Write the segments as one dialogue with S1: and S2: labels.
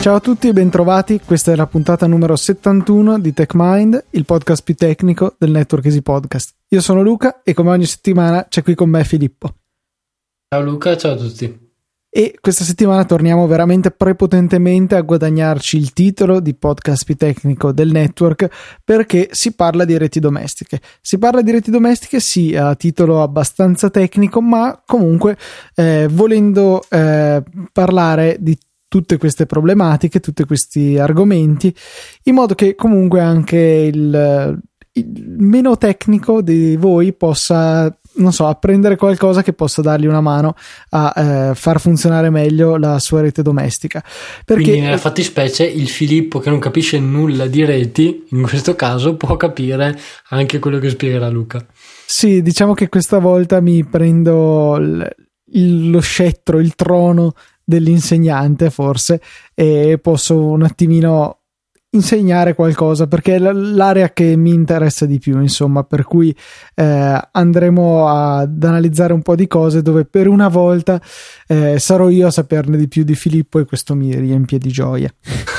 S1: Ciao a tutti e bentrovati, questa è la puntata numero 71 di TechMind, il podcast più tecnico del Network Easy Podcast. Io sono Luca e come ogni settimana c'è qui con me Filippo.
S2: Ciao Luca, ciao a tutti.
S1: E questa settimana torniamo veramente prepotentemente a guadagnarci il titolo di podcast più tecnico del network, perché si parla di reti domestiche. Si parla di reti domestiche sì a titolo abbastanza tecnico, ma comunque volendo parlare di tutte queste problematiche, tutti questi argomenti, in modo che comunque anche il meno tecnico di voi possa, non so, apprendere qualcosa che possa dargli una mano a far funzionare meglio la sua rete domestica. Perché
S2: quindi nella fattispecie il Filippo che non capisce nulla di reti, in questo caso può capire anche quello che spiegherà Luca.
S1: Sì, diciamo che questa volta mi prendo lo scettro, il trono dell'insegnante forse, e posso un attimino insegnare qualcosa, perché è l'area che mi interessa di più, insomma, per cui andremo ad analizzare un po' di cose dove per una volta sarò io a saperne di più di Filippo, e questo mi riempie di gioia.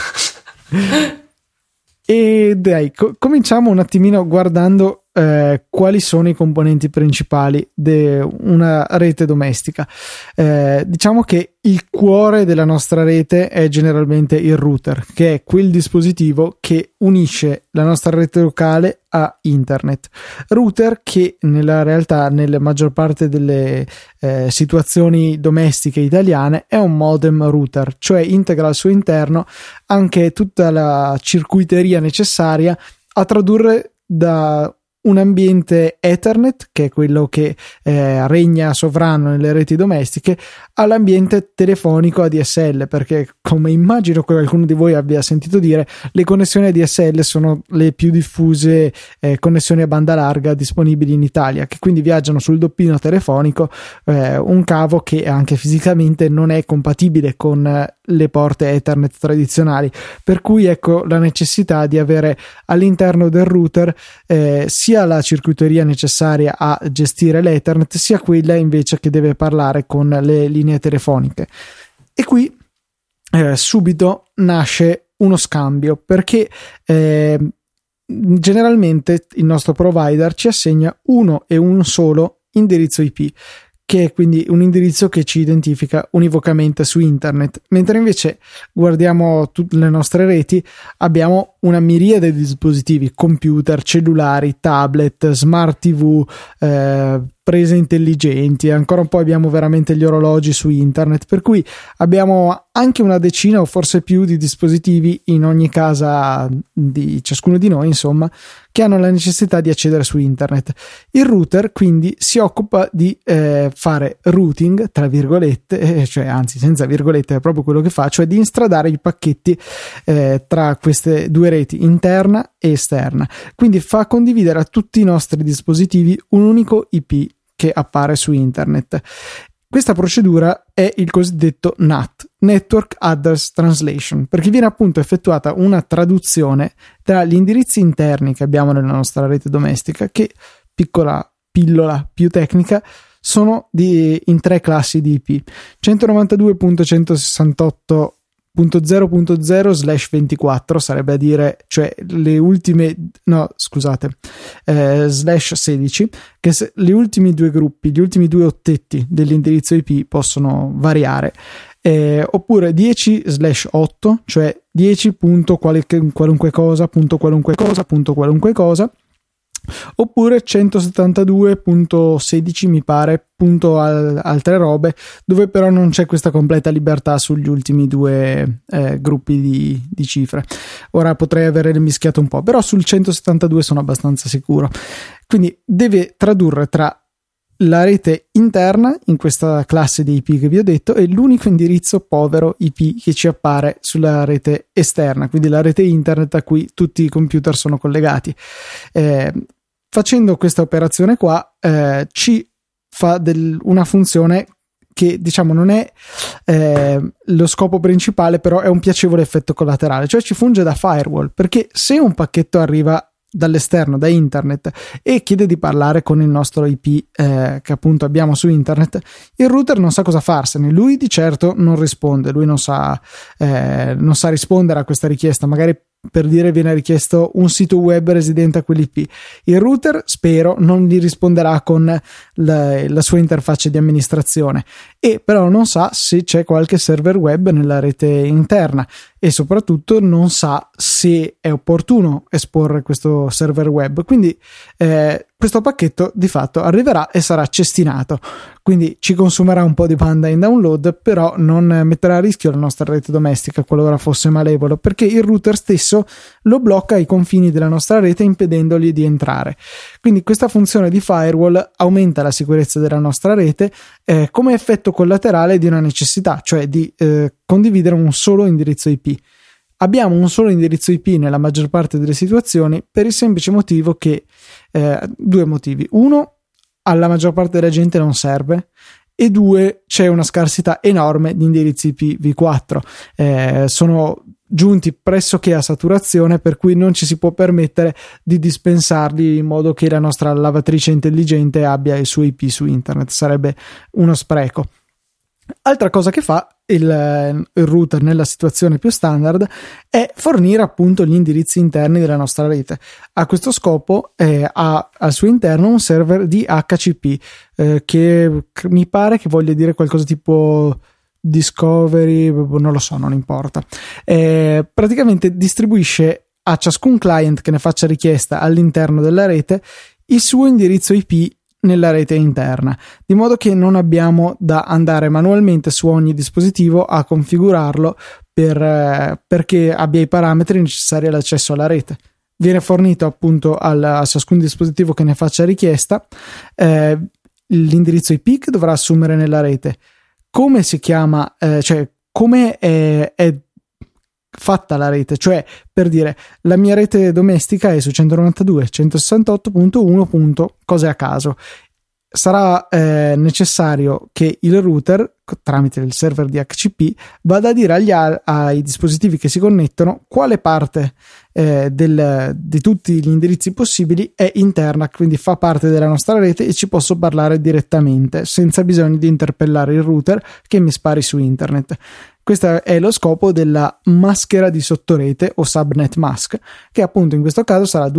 S1: E dai, cominciamo un attimino guardando quali sono i componenti principali di una rete domestica. Diciamo che il cuore della nostra rete è generalmente il router, che è quel dispositivo che unisce la nostra rete locale a internet. Router che nella realtà, nella maggior parte delle situazioni domestiche italiane, è un modem router, cioè integra al suo interno anche tutta la circuiteria necessaria a tradurre da un ambiente Ethernet, che è quello che regna sovrano nelle reti domestiche, all'ambiente telefonico ADSL, perché come immagino che qualcuno di voi abbia sentito dire, le connessioni ADSL sono le più diffuse connessioni a banda larga disponibili in Italia, che quindi viaggiano sul doppino telefonico, un cavo che anche fisicamente non è compatibile con le porte Ethernet tradizionali, per cui ecco la necessità di avere all'interno del router sia la circuiteria necessaria a gestire l'Ethernet, sia quella invece che deve parlare con le linee telefoniche. E qui subito nasce uno scambio, perché generalmente il nostro provider ci assegna uno e un solo indirizzo IP, che è quindi un indirizzo che ci identifica univocamente su internet, mentre invece guardiamo tutte le nostre reti, abbiamo una miriade di dispositivi, computer, cellulari, tablet, smart TV, prese intelligenti, ancora un po' abbiamo veramente gli orologi su internet, per cui abbiamo anche una decina o forse più di dispositivi in ogni casa di ciascuno di noi, insomma, che hanno la necessità di accedere su internet. Il router quindi si occupa di fare routing, tra virgolette, cioè anzi senza virgolette, è proprio quello che fa, cioè di instradare i pacchetti tra queste due reti, interna e esterna. Quindi fa condividere a tutti i nostri dispositivi un unico IP che appare su internet. Questa procedura è il cosiddetto NAT, Network Address Translation, perché viene appunto effettuata una traduzione tra gli indirizzi interni che abbiamo nella nostra rete domestica, che, piccola pillola più tecnica, sono in tre classi di IP: 192.168.0.0/24 sarebbe a dire, cioè le ultime, no scusate, /16, che le ultimi due gruppi, gli ultimi due ottetti dell'indirizzo IP possono variare, oppure 10/8, cioè 10. Qualunque cosa, oppure 172.16 mi pare, altre robe, dove però non c'è questa completa libertà sugli ultimi due gruppi di cifre. Ora potrei avere mischiato un po', però sul 172 sono abbastanza sicuro. Quindi deve tradurre tra la rete interna, in questa classe di IP che vi ho detto, e l'unico indirizzo povero IP che ci appare sulla rete esterna, quindi la rete internet a cui tutti i computer sono collegati. Facendo questa operazione qua ci fa una funzione che diciamo non è lo scopo principale, però è un piacevole effetto collaterale, cioè ci funge da firewall, perché se un pacchetto arriva dall'esterno, da internet, e chiede di parlare con il nostro IP che appunto abbiamo su internet, il router non sa cosa farsene. Lui di certo non risponde, lui non sa rispondere a questa richiesta. Magari, per dire, viene richiesto un sito web residente a quell'IP, il router, spero, non gli risponderà con la sua interfaccia di amministrazione, e però non sa se c'è qualche server web nella rete interna, e soprattutto non sa se è opportuno esporre questo server web. Quindi questo pacchetto di fatto arriverà e sarà cestinato, quindi ci consumerà un po' di banda in download, però non metterà a rischio la nostra rete domestica qualora fosse malevolo, perché il router stesso lo blocca ai confini della nostra rete, impedendogli di entrare. Quindi questa funzione di firewall aumenta la sicurezza della nostra rete come effetto collaterale di una necessità, cioè di condividere un solo indirizzo IP. Abbiamo un solo indirizzo IP nella maggior parte delle situazioni per il semplice motivo che due motivi: uno, alla maggior parte della gente non serve, e due, c'è una scarsità enorme di indirizzi IP v4, sono giunti pressoché a saturazione, per cui non ci si può permettere di dispensarli in modo che la nostra lavatrice intelligente abbia il suo IP su internet, sarebbe uno spreco. Altra cosa che fa il router nella situazione più standard è fornire appunto gli indirizzi interni della nostra rete. A questo scopo ha al suo interno un server DHCP che mi pare che voglia dire qualcosa tipo Discovery, non lo so, non importa. Praticamente distribuisce a ciascun client che ne faccia richiesta all'interno della rete il suo indirizzo IP nella rete interna, di modo che non abbiamo da andare manualmente su ogni dispositivo a configurarlo perché abbia i parametri necessari all'accesso alla rete. Viene fornito appunto a ciascun dispositivo che ne faccia richiesta l'indirizzo IP che dovrà assumere nella rete, come si chiama, cioè come è fatta la rete, cioè, per dire, la mia rete domestica è su 192.168.1. cose a caso. Sarà necessario che il router, tramite il server DHCP, vada a dire ai dispositivi che si connettono quale parte di tutti gli indirizzi possibili è interna, quindi fa parte della nostra rete e ci posso parlare direttamente senza bisogno di interpellare il router che mi spari su internet. Questo è lo scopo della maschera di sottorete o subnet mask, che appunto in questo caso sarà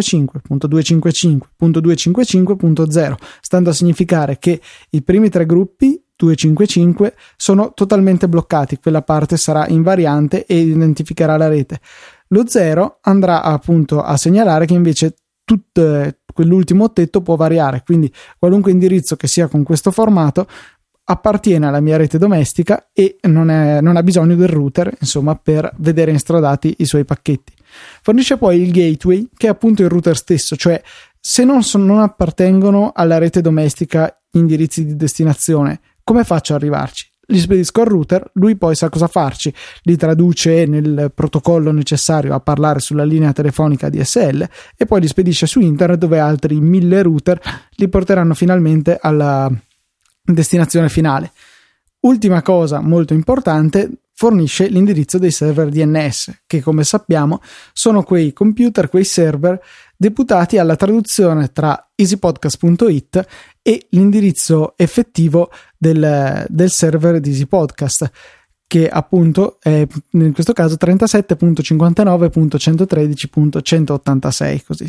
S1: 255.255.255.0, stando a significare che i primi tre gruppi 255 sono totalmente bloccati, quella parte sarà invariante e identificherà la rete. Lo 0 andrà appunto a segnalare che invece quell'ultimo ottetto può variare, quindi qualunque indirizzo che sia con questo formato appartiene alla mia rete domestica e non ha bisogno del router, insomma, per vedere instradati i suoi pacchetti. Fornisce poi il gateway, che è appunto il router stesso, cioè se non appartengono alla rete domestica gli indirizzi di destinazione, come faccio ad arrivarci? Li spedisco al router, lui poi sa cosa farci, li traduce nel protocollo necessario a parlare sulla linea telefonica DSL e poi li spedisce su internet, dove altri 1000 router li porteranno finalmente alla destinazione finale. Ultima cosa molto importante, fornisce l'indirizzo dei server DNS, che come sappiamo sono quei computer, quei server deputati alla traduzione tra easypodcast.it e l'indirizzo effettivo del server di EasyPodcast, che appunto è in questo caso 37.59.113.186, così.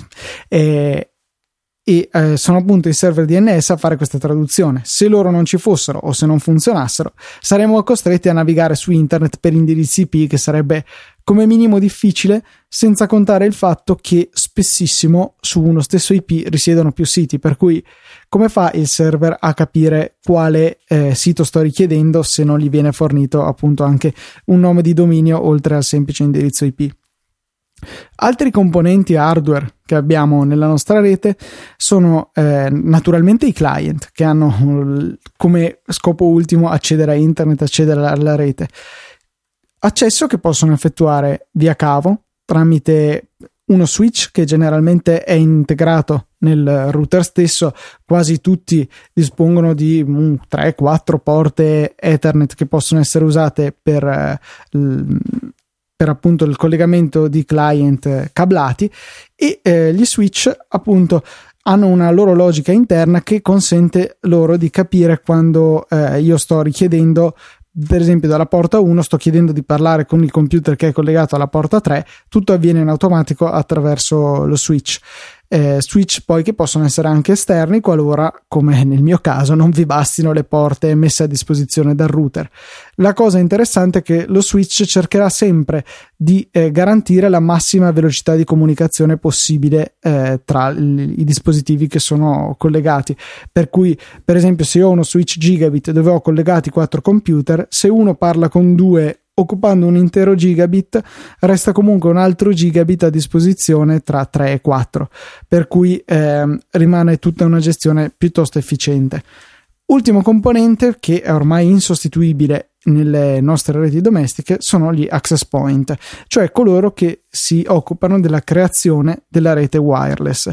S1: Sono appunto i server DNS a fare questa traduzione. Se loro non ci fossero o se non funzionassero, saremmo costretti a navigare su internet per indirizzi IP, che sarebbe come minimo difficile, senza contare il fatto che spessissimo su uno stesso IP risiedono più siti, per cui come fa il server a capire quale sito sto richiedendo se non gli viene fornito appunto anche un nome di dominio oltre al semplice indirizzo IP? Altri componenti hardware che abbiamo nella nostra rete sono naturalmente i client, che hanno come scopo ultimo accedere a internet, accedere alla rete, accesso che possono effettuare via cavo tramite uno switch che generalmente è integrato nel router stesso. Quasi tutti dispongono di 3-4 porte Ethernet che possono essere usate per per appunto il collegamento di client cablati, e gli switch appunto hanno una loro logica interna che consente loro di capire quando io sto richiedendo, per esempio dalla porta 1 sto chiedendo di parlare con il computer che è collegato alla porta 3, tutto avviene in automatico attraverso lo switch. Switch poi che possono essere anche esterni qualora, come nel mio caso, non vi bastino le porte messe a disposizione dal router. La cosa interessante è che lo switch cercherà sempre di garantire la massima velocità di comunicazione possibile tra i dispositivi che sono collegati, per cui per esempio se io ho uno switch gigabit dove ho collegati 4 computer, se uno parla con 2 occupando un intero gigabit, resta comunque un altro gigabit a disposizione tra 3 e 4, per cui rimane tutta una gestione piuttosto efficiente. Ultimo componente che è ormai insostituibile nelle nostre reti domestiche sono gli access point, cioè coloro che si occupano della creazione della rete wireless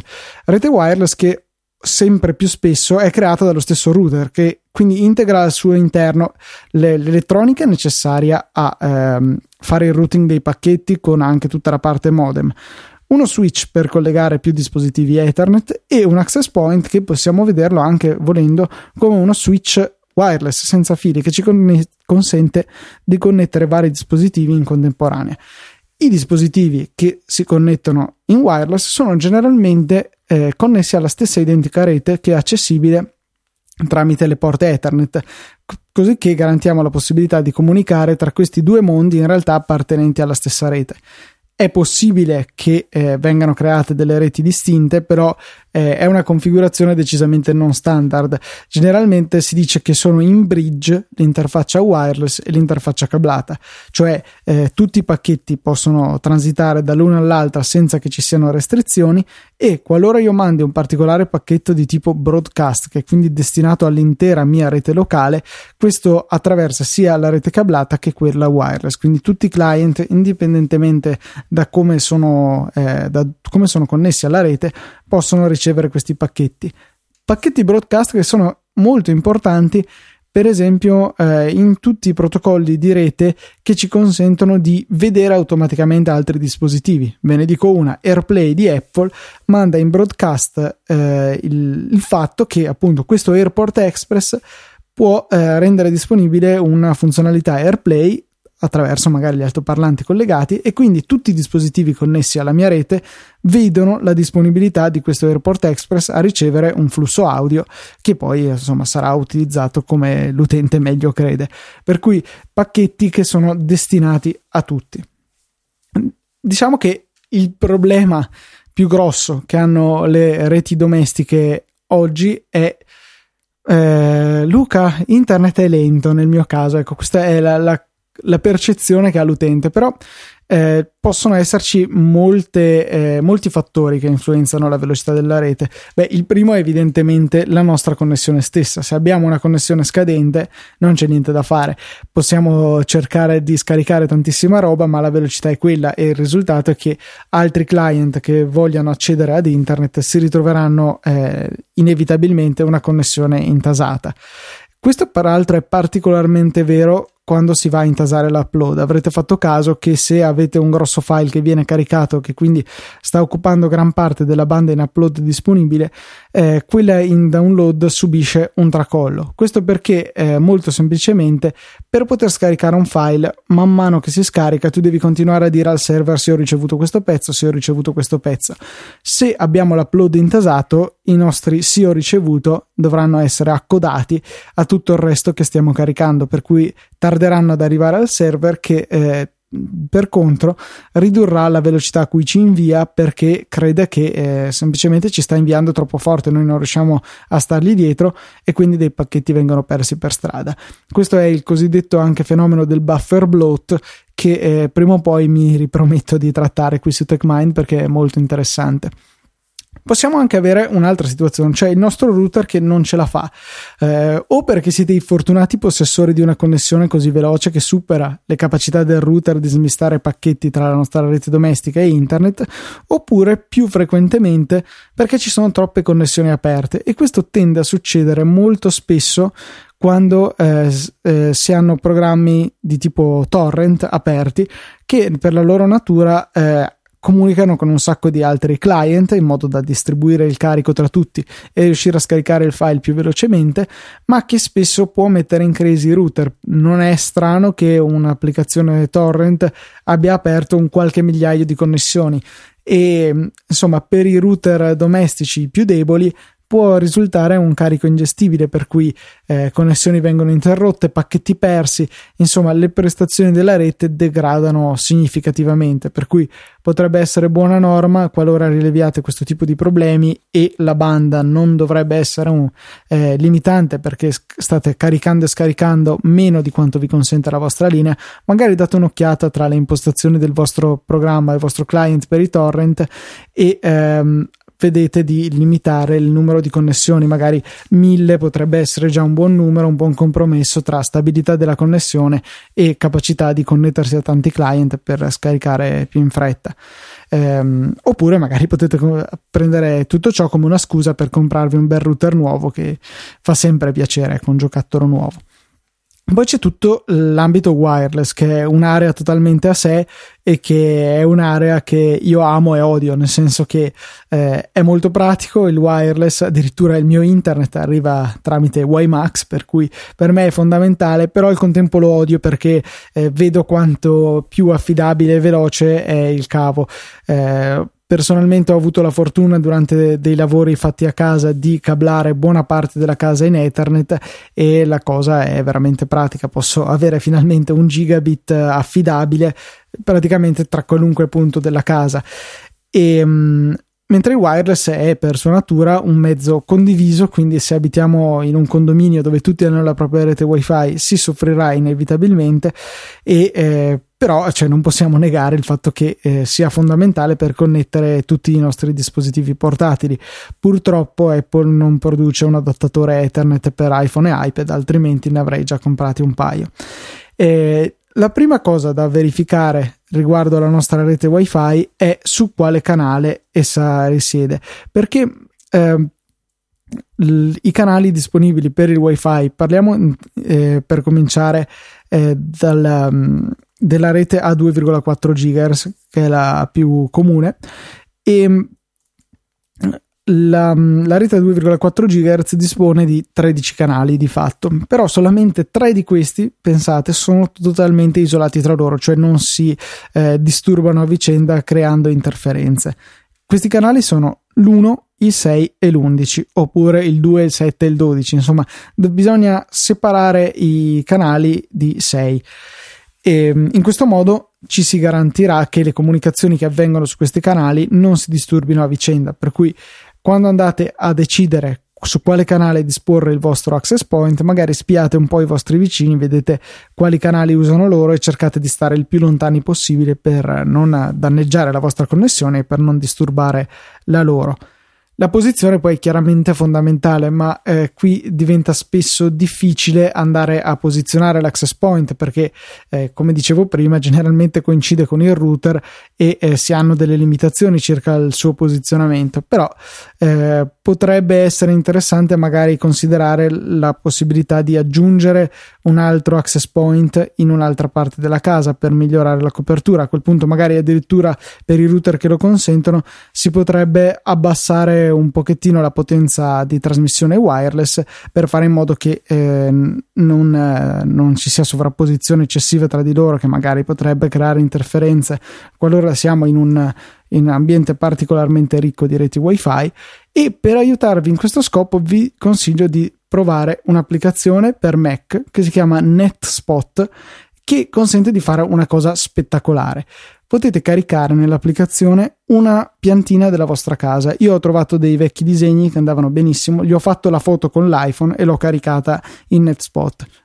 S1: che sempre più spesso è creata dallo stesso router, che quindi integra al suo interno l'elettronica necessaria a fare il routing dei pacchetti, con anche tutta la parte modem, uno switch per collegare più dispositivi Ethernet e un access point che possiamo vederlo anche volendo come uno switch wireless senza fili che ci consente di connettere vari dispositivi in contemporanea. I dispositivi che si connettono in wireless sono generalmente connessi alla stessa identica rete che è accessibile tramite le porte Ethernet, così che garantiamo la possibilità di comunicare tra questi due mondi in realtà appartenenti alla stessa rete. È possibile che vengano create delle reti distinte, però è una configurazione decisamente non standard. Generalmente si dice che sono in bridge l'interfaccia wireless e l'interfaccia cablata, cioè tutti i pacchetti possono transitare dall'una all'altra senza che ci siano restrizioni, e qualora io mandi un particolare pacchetto di tipo broadcast, che è quindi destinato all'intera mia rete locale, questo attraversa sia la rete cablata che quella wireless, quindi tutti i client, indipendentemente da come sono connessi alla rete, possono ricevere questi pacchetti broadcast che sono molto importanti, per esempio in tutti i protocolli di rete che ci consentono di vedere automaticamente altri dispositivi. Ve ne dico una: AirPlay di Apple manda in broadcast il fatto che appunto questo AirPort Express può rendere disponibile una funzionalità AirPlay attraverso magari gli altoparlanti collegati, e quindi tutti i dispositivi connessi alla mia rete vedono la disponibilità di questo AirPort Express a ricevere un flusso audio che poi insomma sarà utilizzato come l'utente meglio crede, per cui pacchetti che sono destinati a tutti. Diciamo che il problema più grosso che hanno le reti domestiche oggi è Luca, internet è lento nel mio caso, ecco, questa è la percezione che ha l'utente, però possono esserci molti fattori che influenzano la velocità della rete. Il primo è evidentemente la nostra connessione stessa. Se abbiamo una connessione scadente non c'è niente da fare, possiamo cercare di scaricare tantissima roba, ma la velocità è quella, e il risultato è che altri client che vogliano accedere ad internet si ritroveranno inevitabilmente una connessione intasata. Questo peraltro è particolarmente vero quando si va a intasare l'upload. Avrete fatto caso che se avete un grosso file che viene caricato, che quindi sta occupando gran parte della banda in upload disponibile, quella in download subisce un tracollo. Questo perché molto semplicemente, per poter scaricare un file, man mano che si scarica tu devi continuare a dire al server: se ho ricevuto questo pezzo, se ho ricevuto questo pezzo. Se abbiamo l'upload intasato, i nostri sì ho ricevuto dovranno essere accodati a tutto il resto che stiamo caricando, per cui tarderanno ad arrivare al server, che per contro ridurrà la velocità a cui ci invia, perché crede che semplicemente ci sta inviando troppo forte, noi non riusciamo a stargli dietro e quindi dei pacchetti vengono persi per strada. Questo è il cosiddetto anche fenomeno del buffer bloat, che prima o poi mi riprometto di trattare qui su TechMind perché è molto interessante. Possiamo anche avere un'altra situazione, cioè il nostro router che non ce la fa, o perché siete i fortunati possessori di una connessione così veloce che supera le capacità del router di smistare pacchetti tra la nostra rete domestica e internet, oppure più frequentemente perché ci sono troppe connessioni aperte, e questo tende a succedere molto spesso quando si hanno programmi di tipo torrent aperti che per la loro natura comunicano con un sacco di altri client in modo da distribuire il carico tra tutti e riuscire a scaricare il file più velocemente, ma che spesso può mettere in crisi i router. Non è strano che un'applicazione torrent abbia aperto un qualche migliaio di connessioni e insomma per i router domestici più deboli può risultare un carico ingestibile, per cui connessioni vengono interrotte, pacchetti persi, insomma le prestazioni della rete degradano significativamente, per cui potrebbe essere buona norma qualora rileviate questo tipo di problemi, e la banda non dovrebbe essere un limitante perché state caricando e scaricando meno di quanto vi consente la vostra linea. Magari date un'occhiata tra le impostazioni del vostro programma, del vostro client per i torrent, e vedete di limitare il numero di connessioni. Magari 1000 potrebbe essere già un buon numero, un buon compromesso tra stabilità della connessione e capacità di connettersi a tanti client per scaricare più in fretta. Oppure magari potete prendere tutto ciò come una scusa per comprarvi un bel router nuovo, che fa sempre piacere con un giocattolo nuovo. Poi c'è tutto l'ambito wireless, che è un'area totalmente a sé e che è un'area che io amo e odio, nel senso che è molto pratico il wireless. Addirittura il mio internet arriva tramite WiMAX, per cui per me è fondamentale, però al contempo lo odio perché vedo quanto più affidabile e veloce è il cavo. Personalmente ho avuto la fortuna durante dei lavori fatti a casa di cablare buona parte della casa in Ethernet, e la cosa è veramente pratica. Posso avere finalmente un gigabit affidabile praticamente tra qualunque punto della casa, mentre il wireless è per sua natura un mezzo condiviso, quindi se abitiamo in un condominio dove tutti hanno la propria rete wifi si soffrirà inevitabilmente, e però non possiamo negare il fatto che sia fondamentale per connettere tutti i nostri dispositivi portatili. Purtroppo Apple non produce un adattatore Ethernet per iPhone e iPad, altrimenti ne avrei già comprati un paio. La prima cosa da verificare riguardo alla nostra rete wifi è su quale canale essa risiede, perché i canali disponibili per il wifi, parliamo per cominciare della rete a 2,4 GHz, che è la più comune, e la rete a 2,4 GHz dispone di 13 canali di fatto, però solamente 3 di questi, pensate, sono totalmente isolati tra loro, cioè non si disturbano a vicenda creando interferenze. Questi canali sono l'1, il 6 e l'11, oppure il 2, il 7 e il 12, insomma bisogna separare i canali di 6, e in questo modo ci si garantirà che le comunicazioni che avvengono su questi canali non si disturbino a vicenda, per cui quando andate a decidere su quale canale disporre il vostro access point, magari spiate un po' i vostri vicini, vedete quali canali usano loro e cercate di stare il più lontani possibile per non danneggiare la vostra connessione e per non disturbare la loro. La posizione poi è chiaramente fondamentale, ma qui diventa spesso difficile andare a posizionare l'access point perché, come dicevo prima, generalmente coincide con il router e si hanno delle limitazioni circa il suo posizionamento, però potrebbe essere interessante magari considerare la possibilità di aggiungere un altro access point in un'altra parte della casa per migliorare la copertura. A quel punto magari addirittura per i router che lo consentono si potrebbe abbassare un pochettino la potenza di trasmissione wireless per fare in modo che non ci sia sovrapposizione eccessiva tra di loro, che magari potrebbe creare interferenze qualora siamo in un ambiente particolarmente ricco di reti wifi. E per aiutarvi in questo scopo vi consiglio di provare un'applicazione per Mac che si chiama NetSpot, che consente di fare una cosa spettacolare. Potete caricare nell'applicazione una piantina della vostra casa. Io ho trovato dei vecchi disegni che andavano benissimo, gli ho fatto la foto con l'iPhone e l'ho caricata in NetSpot.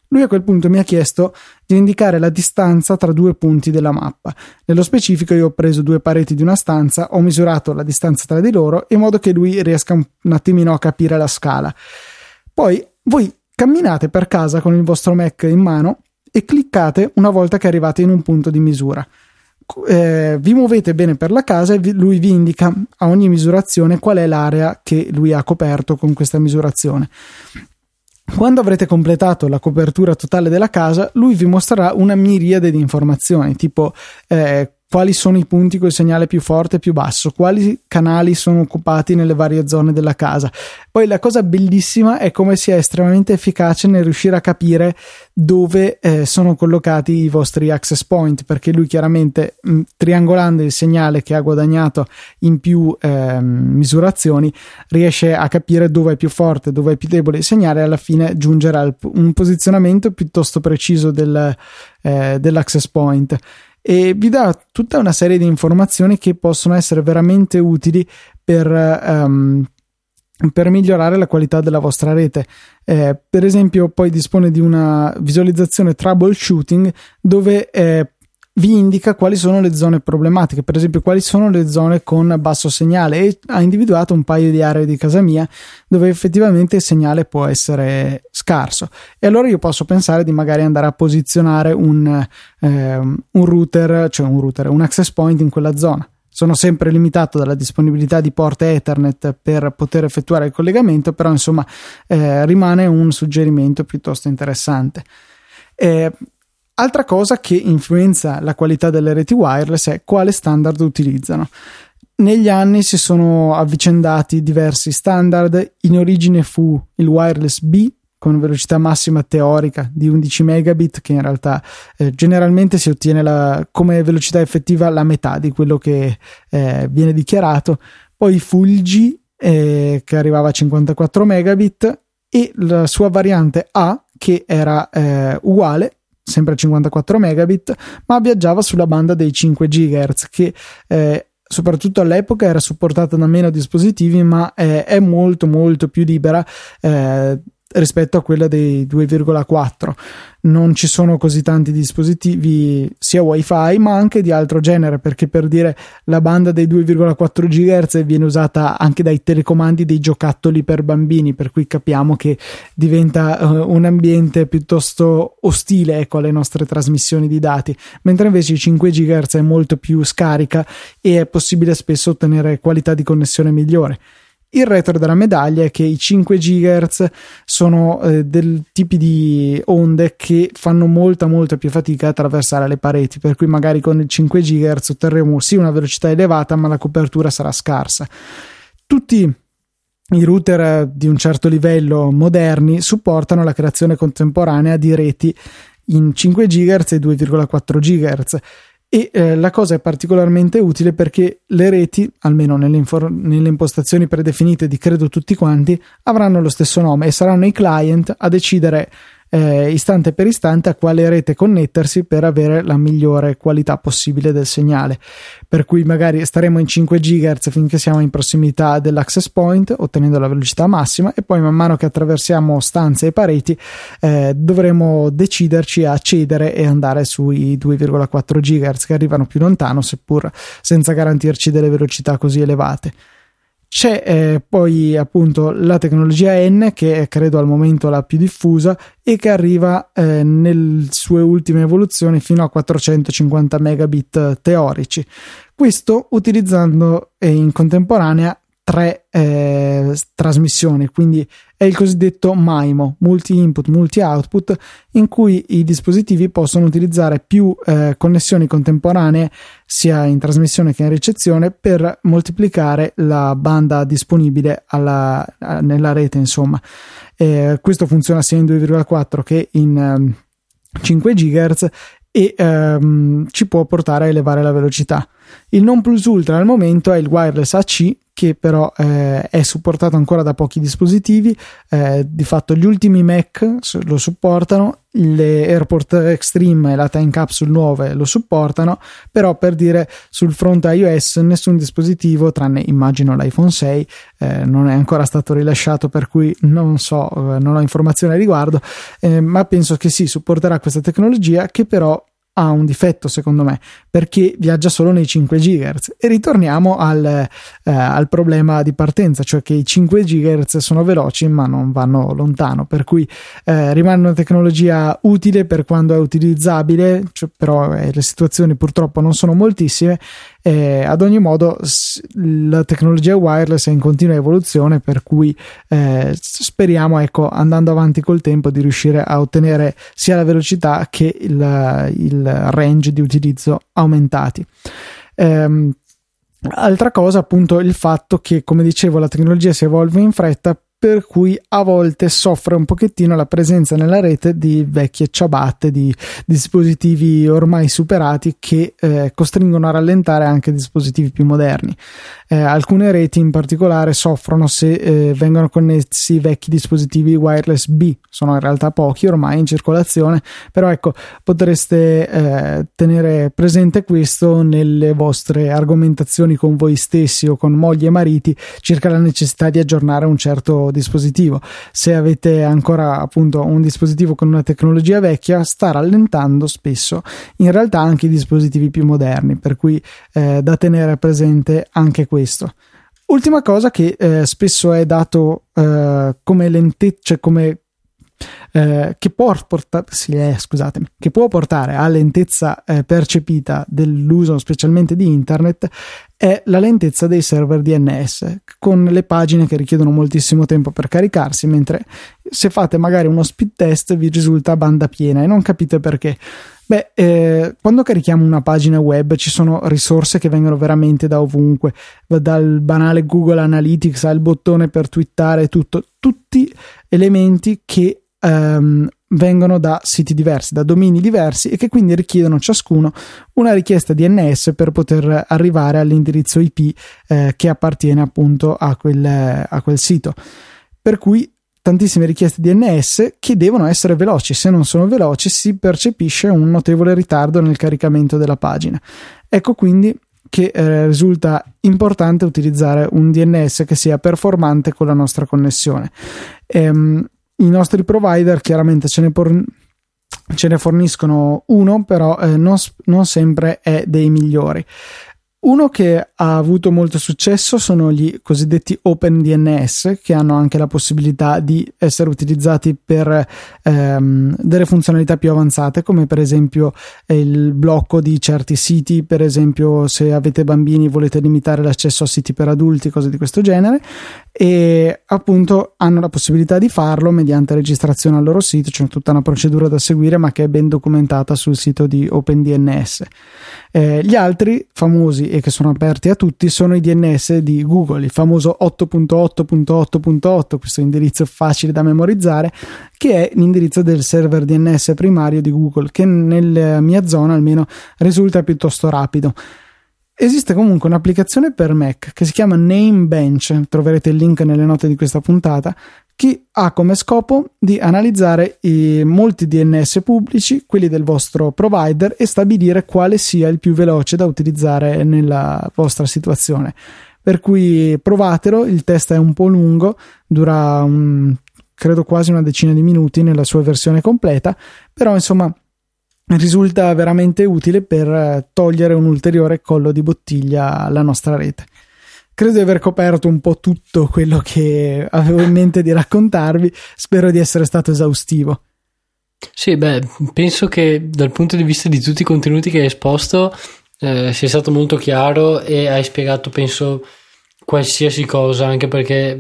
S1: Lui a quel punto mi ha chiesto di indicare la distanza tra due punti della mappa. Nello specifico io ho preso due pareti di una stanza, ho misurato la distanza tra di loro in modo che lui riesca un attimino a capire la scala. Poi voi camminate per casa con il vostro Mac in mano e cliccate una volta che arrivate in un punto di misura. Vi muovete bene per la casa e lui vi indica a ogni misurazione qual è l'area che lui ha coperto con questa misurazione. Quando avrete completato la copertura totale della casa, lui vi mostrerà una miriade di informazioni, tipo quali sono i punti col segnale più forte e più basso, quali canali sono occupati nelle varie zone della casa. Poi la cosa bellissima è come sia estremamente efficace nel riuscire a capire dove sono collocati i vostri access point, perché lui chiaramente triangolando il segnale che ha guadagnato in più misurazioni riesce a capire dove è più forte, dove è più debole il segnale e alla fine giungerà a un posizionamento piuttosto preciso dell'access point. E vi dà tutta una serie di informazioni che possono essere veramente utili per migliorare la qualità della vostra rete. Per esempio poi dispone di una visualizzazione troubleshooting dove vi indica quali sono le zone problematiche, per esempio quali sono le zone con basso segnale, e ha individuato un paio di aree di casa mia dove effettivamente il segnale può essere scarso, e allora io posso pensare di magari andare a posizionare un access point in quella zona. Sono sempre limitato dalla disponibilità di porte Ethernet per poter effettuare il collegamento, però insomma rimane un suggerimento piuttosto interessante. Altra cosa che influenza la qualità delle reti wireless è quale standard utilizzano. Negli anni si sono avvicendati diversi standard. In origine fu il wireless B con velocità massima teorica di 11 megabit, che in realtà generalmente si ottiene come velocità effettiva la metà di quello che viene dichiarato. Poi fu il G che arrivava a 54 megabit e la sua variante A che era uguale, sempre a 54 megabit, ma viaggiava sulla banda dei 5 GHz, che soprattutto all'epoca era supportata da meno dispositivi, ma è molto molto più libera rispetto a quella dei 2,4. Non ci sono così tanti dispositivi sia wifi ma anche di altro genere, perché per dire la banda dei 2,4 GHz viene usata anche dai telecomandi dei giocattoli per bambini, per cui capiamo che diventa un ambiente piuttosto ostile, ecco, alle nostre trasmissioni di dati, mentre invece i 5 GHz è molto più scarica e è possibile spesso ottenere qualità di connessione migliore. Il retro della medaglia è che i 5 GHz sono del tipi di onde che fanno molta più fatica a attraversare le pareti, per cui magari con il 5 GHz otterremo sì una velocità elevata, ma la copertura sarà scarsa. Tutti i router di un certo livello moderni supportano la creazione contemporanea di reti in 5 GHz e 2,4 GHz. E la cosa è particolarmente utile perché le reti, almeno nelle impostazioni predefinite di credo tutti quanti, avranno lo stesso nome e saranno i client a decidere istante per istante a quale rete connettersi per avere la migliore qualità possibile del segnale, per cui magari staremo in 5 GHz finché siamo in prossimità dell'access point ottenendo la velocità massima, e poi man mano che attraversiamo stanze e pareti dovremo deciderci a cedere e andare sui 2,4 GHz che arrivano più lontano, seppur senza garantirci delle velocità così elevate. C'è poi appunto la tecnologia N, che è credo al momento la più diffusa e che arriva nelle sue ultime evoluzioni fino a 450 megabit teorici, questo utilizzando in contemporanea 3 trasmissioni, quindi è il cosiddetto MIMO, multi input multi output, in cui i dispositivi possono utilizzare più connessioni contemporanee sia in trasmissione che in ricezione per moltiplicare la banda disponibile nella rete, insomma. Questo funziona sia in 2,4 che in 5 GHz e ci può portare a elevare la velocità. Il non plus ultra al momento è il wireless AC, che però è supportato ancora da pochi dispositivi. Di fatto gli ultimi Mac lo supportano, le AirPort Extreme e la Time Capsule nuove lo supportano, però per dire sul fronte iOS nessun dispositivo, tranne immagino l'iPhone 6, non è ancora stato rilasciato, per cui non so, non ho informazioni al riguardo, ma penso che sì, supporterà questa tecnologia, che però ha un difetto secondo me, perché viaggia solo nei 5 GHz, e ritorniamo al problema di partenza, cioè che i 5 GHz sono veloci ma non vanno lontano, per cui rimane una tecnologia utile per quando è utilizzabile, cioè, però le situazioni purtroppo non sono moltissime. Ad ogni modo la tecnologia wireless è in continua evoluzione, per cui speriamo, ecco, andando avanti col tempo, di riuscire a ottenere sia la velocità che il range di utilizzo aumentati. Altra cosa, appunto, il fatto che, come dicevo, la tecnologia si evolve in fretta, per cui a volte soffre un pochettino la presenza nella rete di vecchie ciabatte, di dispositivi ormai superati che costringono a rallentare anche dispositivi più moderni. Alcune reti in particolare soffrono se vengono connessi vecchi dispositivi wireless B, sono in realtà pochi ormai in circolazione, però ecco, potreste tenere presente questo nelle vostre argomentazioni con voi stessi o con mogli e mariti circa la necessità di aggiornare un certo dispositivo. Se avete ancora appunto un dispositivo con una tecnologia vecchia, sta rallentando spesso in realtà anche i dispositivi più moderni, per cui da tenere presente anche questo. Ultima cosa che spesso è dato come lentezza, come che può portare a lentezza percepita dell'uso specialmente di internet, è la lentezza dei server DNS, con le pagine che richiedono moltissimo tempo per caricarsi, mentre se fate magari uno speed test vi risulta a banda piena e non capite perché. Quando carichiamo una pagina web ci sono risorse che vengono veramente da ovunque, dal banale Google Analytics al bottone per twittare, tutti elementi che vengono da siti diversi, da domini diversi, e che quindi richiedono ciascuno una richiesta DNS per poter arrivare all'indirizzo IP che appartiene appunto a quel sito, per cui tantissime richieste DNS che devono essere veloci. Se non sono veloci si percepisce un notevole ritardo nel caricamento della pagina. Ecco quindi che risulta importante utilizzare un DNS che sia performante con la nostra connessione. I nostri provider chiaramente ce ne forniscono uno, però non sempre è dei migliori. Uno che ha avuto molto successo sono gli cosiddetti OpenDNS, che hanno anche la possibilità di essere utilizzati per delle funzionalità più avanzate, come per esempio il blocco di certi siti, per esempio se avete bambini volete limitare l'accesso a siti per adulti, cose di questo genere, e appunto hanno la possibilità di farlo mediante registrazione al loro sito. C'è tutta una procedura da seguire, ma che è ben documentata sul sito di OpenDNS. Gli altri famosi e che sono aperti a tutti sono i DNS di Google, il famoso 8.8.8.8, questo indirizzo facile da memorizzare, che è l'indirizzo del server DNS primario di Google, che nella mia zona almeno risulta piuttosto rapido. Esiste comunque un'applicazione per Mac che si chiama Namebench, troverete il link nelle note di questa puntata, che ha come scopo di analizzare molti DNS pubblici, quelli del vostro provider, e stabilire quale sia il più veloce da utilizzare nella vostra situazione. Per cui provatelo, il test è un po' lungo, dura credo quasi una decina di minuti nella sua versione completa, però insomma risulta veramente utile per togliere un ulteriore collo di bottiglia alla nostra rete. Credo di aver coperto un po' tutto quello che avevo in mente di raccontarvi, spero di essere stato esaustivo.
S2: Sì, penso che dal punto di vista di tutti i contenuti che hai esposto sia stato molto chiaro e hai spiegato, penso, qualsiasi cosa, anche perché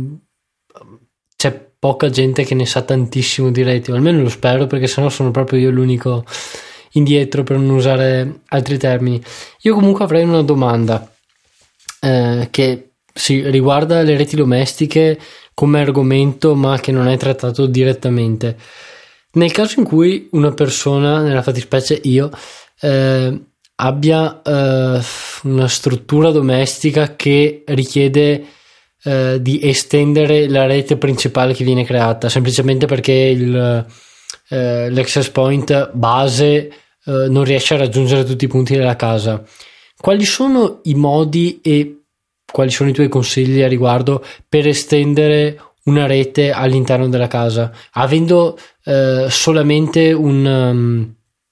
S2: c'è poca gente che ne sa tantissimo di reti, o almeno lo spero, perché sennò sono proprio io l'unico indietro, per non usare altri termini. Io comunque avrei una domanda che riguarda le reti domestiche come argomento, ma che non è trattato direttamente. Nel caso in cui una persona, nella fattispecie io, abbia una struttura domestica che richiede di estendere la rete principale che viene creata, semplicemente perché l'access point base non riesce a raggiungere tutti i punti della casa. Quali sono i modi e quali sono i tuoi consigli a riguardo per estendere una rete all'interno della casa, avendo solamente un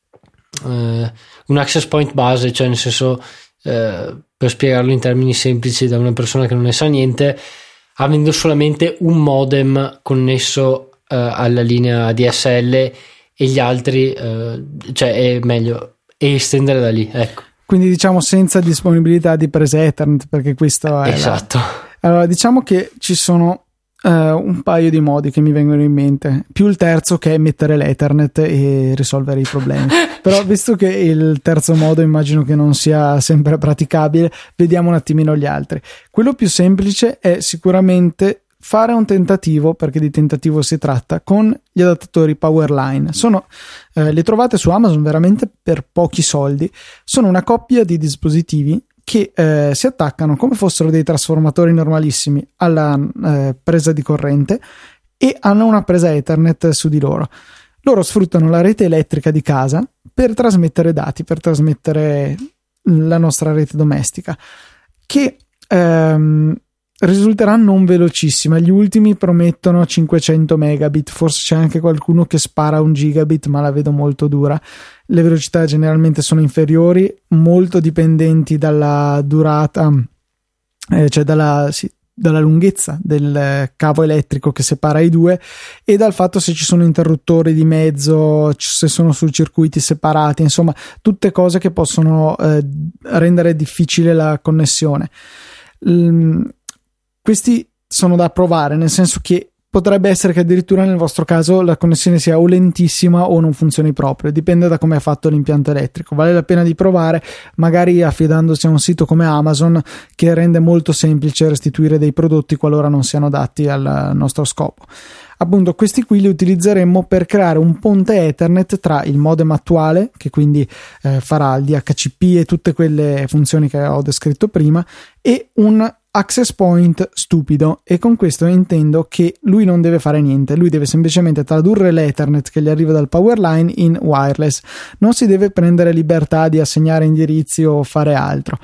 S2: access point base, cioè nel senso, per spiegarlo in termini semplici da una persona che non ne sa niente, avendo solamente un modem connesso alla linea DSL e gli altri, cioè è meglio estendere da lì, ecco.
S1: Quindi diciamo senza disponibilità di prese Ethernet, perché questo è
S2: esatto.
S1: Allora diciamo che ci sono un paio di modi che mi vengono in mente, più il terzo che è mettere l'Ethernet e risolvere i problemi. Però visto che il terzo modo immagino che non sia sempre praticabile, vediamo un attimino gli altri. Quello più semplice è sicuramente fare un tentativo, perché di tentativo si tratta, con gli adattatori Powerline. Li trovate su Amazon veramente per pochi soldi. Sono una coppia di dispositivi che si attaccano come fossero dei trasformatori normalissimi alla presa di corrente e hanno una presa Ethernet su di loro. Loro sfruttano la rete elettrica di casa per trasmettere dati, per trasmettere la nostra rete domestica, che risulterà non velocissima. Gli ultimi promettono 500 megabit, forse c'è anche qualcuno che spara 1 gigabit, ma la vedo molto dura. Le velocità generalmente sono inferiori, molto dipendenti dalla durata, cioè dalla lunghezza del cavo elettrico che separa i due e dal fatto se ci sono interruttori di mezzo, se sono su circuiti separati, insomma tutte cose che possono rendere difficile la connessione. Questi sono da provare, nel senso che potrebbe essere che addirittura nel vostro caso la connessione sia o lentissima o non funzioni proprio, dipende da come è fatto l'impianto elettrico. Vale la pena di provare, magari affidandosi a un sito come Amazon che rende molto semplice restituire dei prodotti qualora non siano adatti al nostro scopo. Appunto, questi qui li utilizzeremmo per creare un ponte Ethernet tra il modem attuale, che quindi farà il DHCP e tutte quelle funzioni che ho descritto prima, e un access point stupido, e con questo intendo che lui non deve fare niente, lui deve semplicemente tradurre l'Ethernet che gli arriva dal Powerline in wireless, non si deve prendere libertà di assegnare indirizzi o fare altro.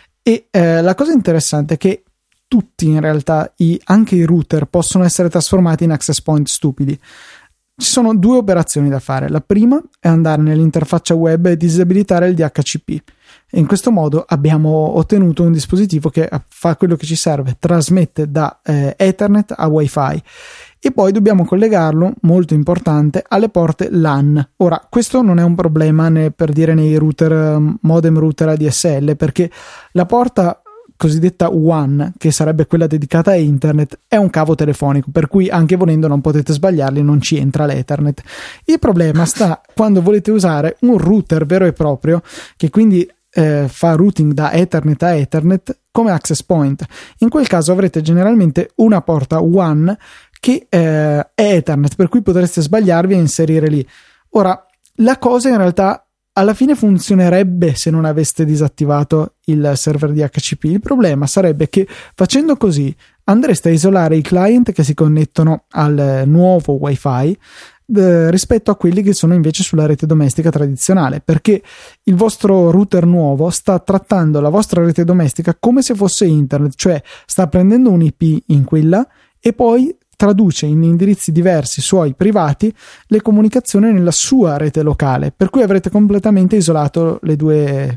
S1: E la cosa interessante è che tutti in realtà, anche i router, possono essere trasformati in access point stupidi. Ci sono 2 operazioni da fare. La prima è andare nell'interfaccia web e disabilitare il DHCP. E in questo modo abbiamo ottenuto un dispositivo che fa quello che ci serve, trasmette da Ethernet a Wi-Fi, e poi dobbiamo collegarlo, molto importante, alle porte LAN. Ora, questo non è un problema per dire nei router, modem router ADSL, perché la porta cosiddetta WAN, che sarebbe quella dedicata a internet, è un cavo telefonico, per cui anche volendo non potete sbagliarli, non ci entra l'Ethernet. Il problema sta quando volete usare un router vero e proprio, che quindi fa routing da Ethernet a Ethernet come access point. In quel caso avrete generalmente una porta WAN che è Ethernet, per cui potreste sbagliarvi a inserire lì. Ora, la cosa in realtà alla fine funzionerebbe se non aveste disattivato il server DHCP. Il problema sarebbe che facendo così andreste a isolare i client che si connettono al nuovo Wi-Fi rispetto a quelli che sono invece sulla rete domestica tradizionale, perché il vostro router nuovo sta trattando la vostra rete domestica come se fosse internet, cioè sta prendendo un IP in quella e poi traduce in indirizzi diversi suoi privati le comunicazioni nella sua rete locale, per cui avrete completamente isolato le due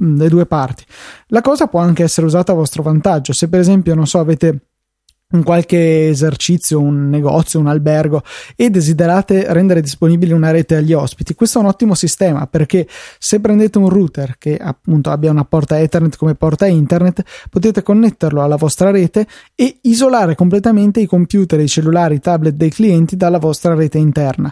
S1: parti. La cosa può anche essere usata a vostro vantaggio. Se per esempio, non so, avete un qualche esercizio, un negozio, un albergo e desiderate rendere disponibile una rete agli ospiti, questo è un ottimo sistema, perché se prendete un router che appunto abbia una porta Ethernet come porta internet, potete connetterlo alla vostra rete e isolare completamente i computer, i cellulari, i tablet dei clienti dalla vostra rete interna.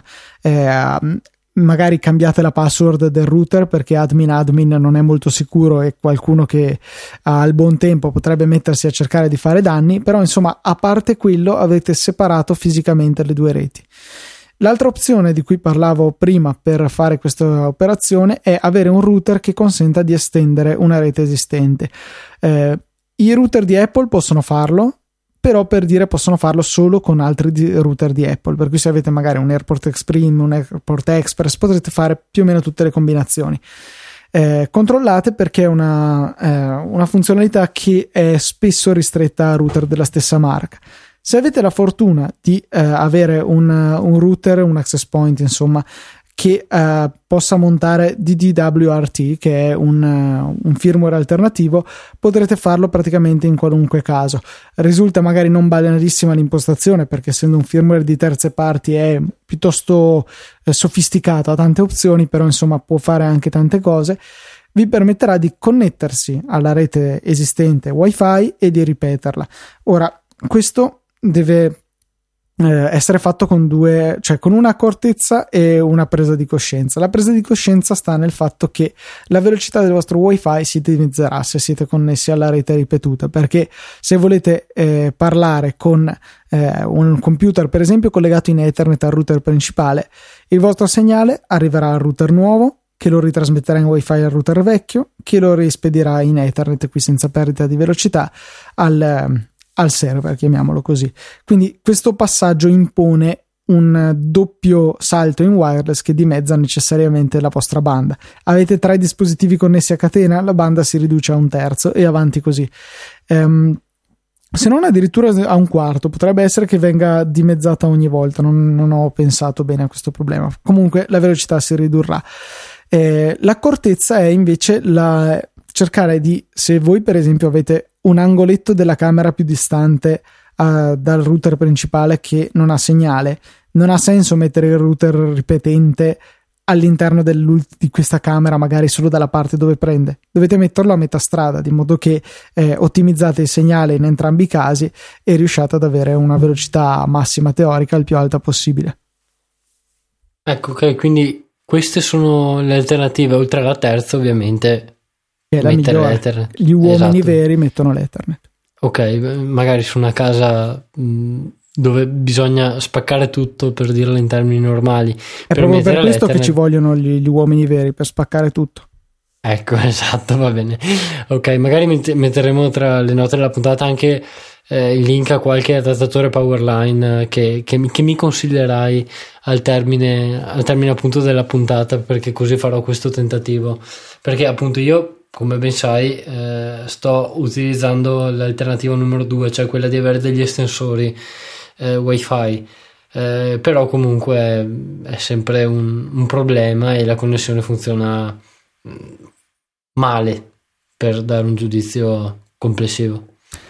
S1: Magari cambiate la password del router, perché admin non è molto sicuro e qualcuno che ha il buon tempo potrebbe mettersi a cercare di fare danni, però insomma, a parte quello, avete separato fisicamente le due reti. L'altra opzione di cui parlavo prima per fare questa operazione è avere un router che consenta di estendere una rete esistente. I router di Apple possono farlo, però per dire possono farlo solo con altri router di Apple, per cui se avete magari un AirPort Extreme, un AirPort Express, potrete fare più o meno tutte le combinazioni. Controllate, perché è una funzionalità che è spesso ristretta a router della stessa marca. Se avete la fortuna di avere un router, un access point insomma, che possa montare DDWRT, che è un firmware alternativo, potrete farlo praticamente in qualunque caso. Risulta magari non banalissima l'impostazione, perché essendo un firmware di terze parti è piuttosto sofisticato, ha tante opzioni, però insomma può fare anche tante cose. Vi permetterà di connettersi alla rete esistente Wi-Fi e di ripeterla. Ora, questo deve essere fatto con con una accortezza e una presa di coscienza. La presa di coscienza sta nel fatto che la velocità del vostro Wi-Fi si dimezzerà se siete connessi alla rete ripetuta, perché se volete parlare con un computer per esempio collegato in Ethernet al router principale, il vostro segnale arriverà al router nuovo, che lo ritrasmetterà in Wi-Fi al router vecchio, che lo rispedirà in Ethernet, qui senza perdita di velocità, al server, chiamiamolo così. Quindi questo passaggio impone un doppio salto in wireless che dimezza necessariamente la vostra banda. Avete 3 dispositivi connessi a catena, la banda si riduce a 1/3 e avanti così. Se non addirittura a 1/4, potrebbe essere che venga dimezzata ogni volta. Non ho pensato bene a questo problema. Comunque la velocità si ridurrà. L'accortezza è invece cercare di, se voi per esempio avete un angoletto della camera più distante dal router principale che non ha segnale, non ha senso mettere il router ripetente all'interno di questa camera, magari solo dalla parte dove prende. Dovete metterlo a metà strada, di modo che ottimizzate il segnale in entrambi i casi e riusciate ad avere una velocità massima teorica il più alta possibile.
S2: Ecco, ok, quindi queste sono le alternative, oltre alla terza ovviamente,
S1: che è la migliore.
S2: l'Ethernet.
S1: Gli uomini
S2: Esatto.
S1: veri mettono l'Ethernet.
S2: Ok, magari su una casa dove bisogna spaccare tutto, per dirlo in termini normali.
S1: È proprio per questo che ci vogliono gli uomini veri, per spaccare tutto.
S2: Ecco, esatto, va bene. Ok, magari metteremo tra le note della puntata anche il link a qualche adattatore Powerline che mi consiglierai al termine appunto della puntata, perché così farò questo tentativo, perché appunto io, come ben sai, sto utilizzando l'alternativa numero 2, cioè quella di avere degli estensori Wi-Fi, però comunque è sempre un problema e la connessione funziona male, per dare un giudizio complessivo.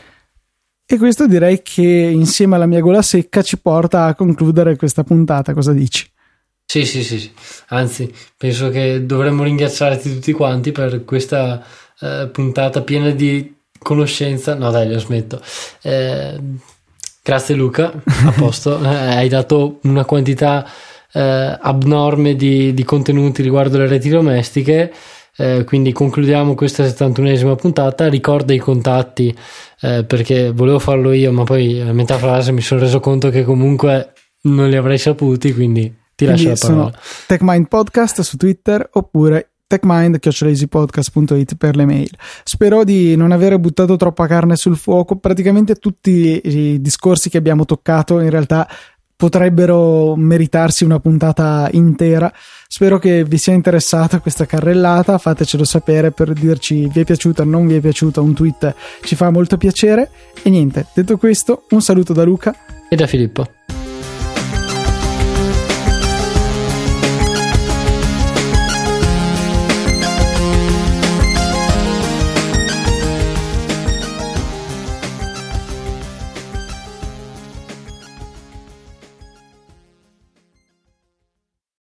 S1: E questo direi che insieme alla mia gola secca ci porta a concludere questa puntata. Cosa dici?
S2: Sì. Anzi, penso che dovremmo ringraziarti tutti quanti per questa puntata piena di conoscenza. No dai, lo smetto. Grazie Luca, a posto. Hai dato una quantità abnorme di contenuti riguardo le reti domestiche. Quindi concludiamo questa 71esima puntata. Ricorda i contatti, perché volevo farlo io, ma poi a metà frase mi sono reso conto che comunque non li avrei saputi, quindi ti lascio la parola.
S1: TechMind Podcast su Twitter oppure techmind@easypodcast.it per le mail. Spero di non avere buttato troppa carne sul fuoco. Praticamente tutti i discorsi che abbiamo toccato in realtà potrebbero meritarsi una puntata intera. Spero che vi sia interessata questa carrellata, fatecelo sapere per dirci vi è piaciuta o non vi è piaciuta, un tweet ci fa molto piacere. E niente, detto questo, un saluto da Luca
S2: e da Filippo.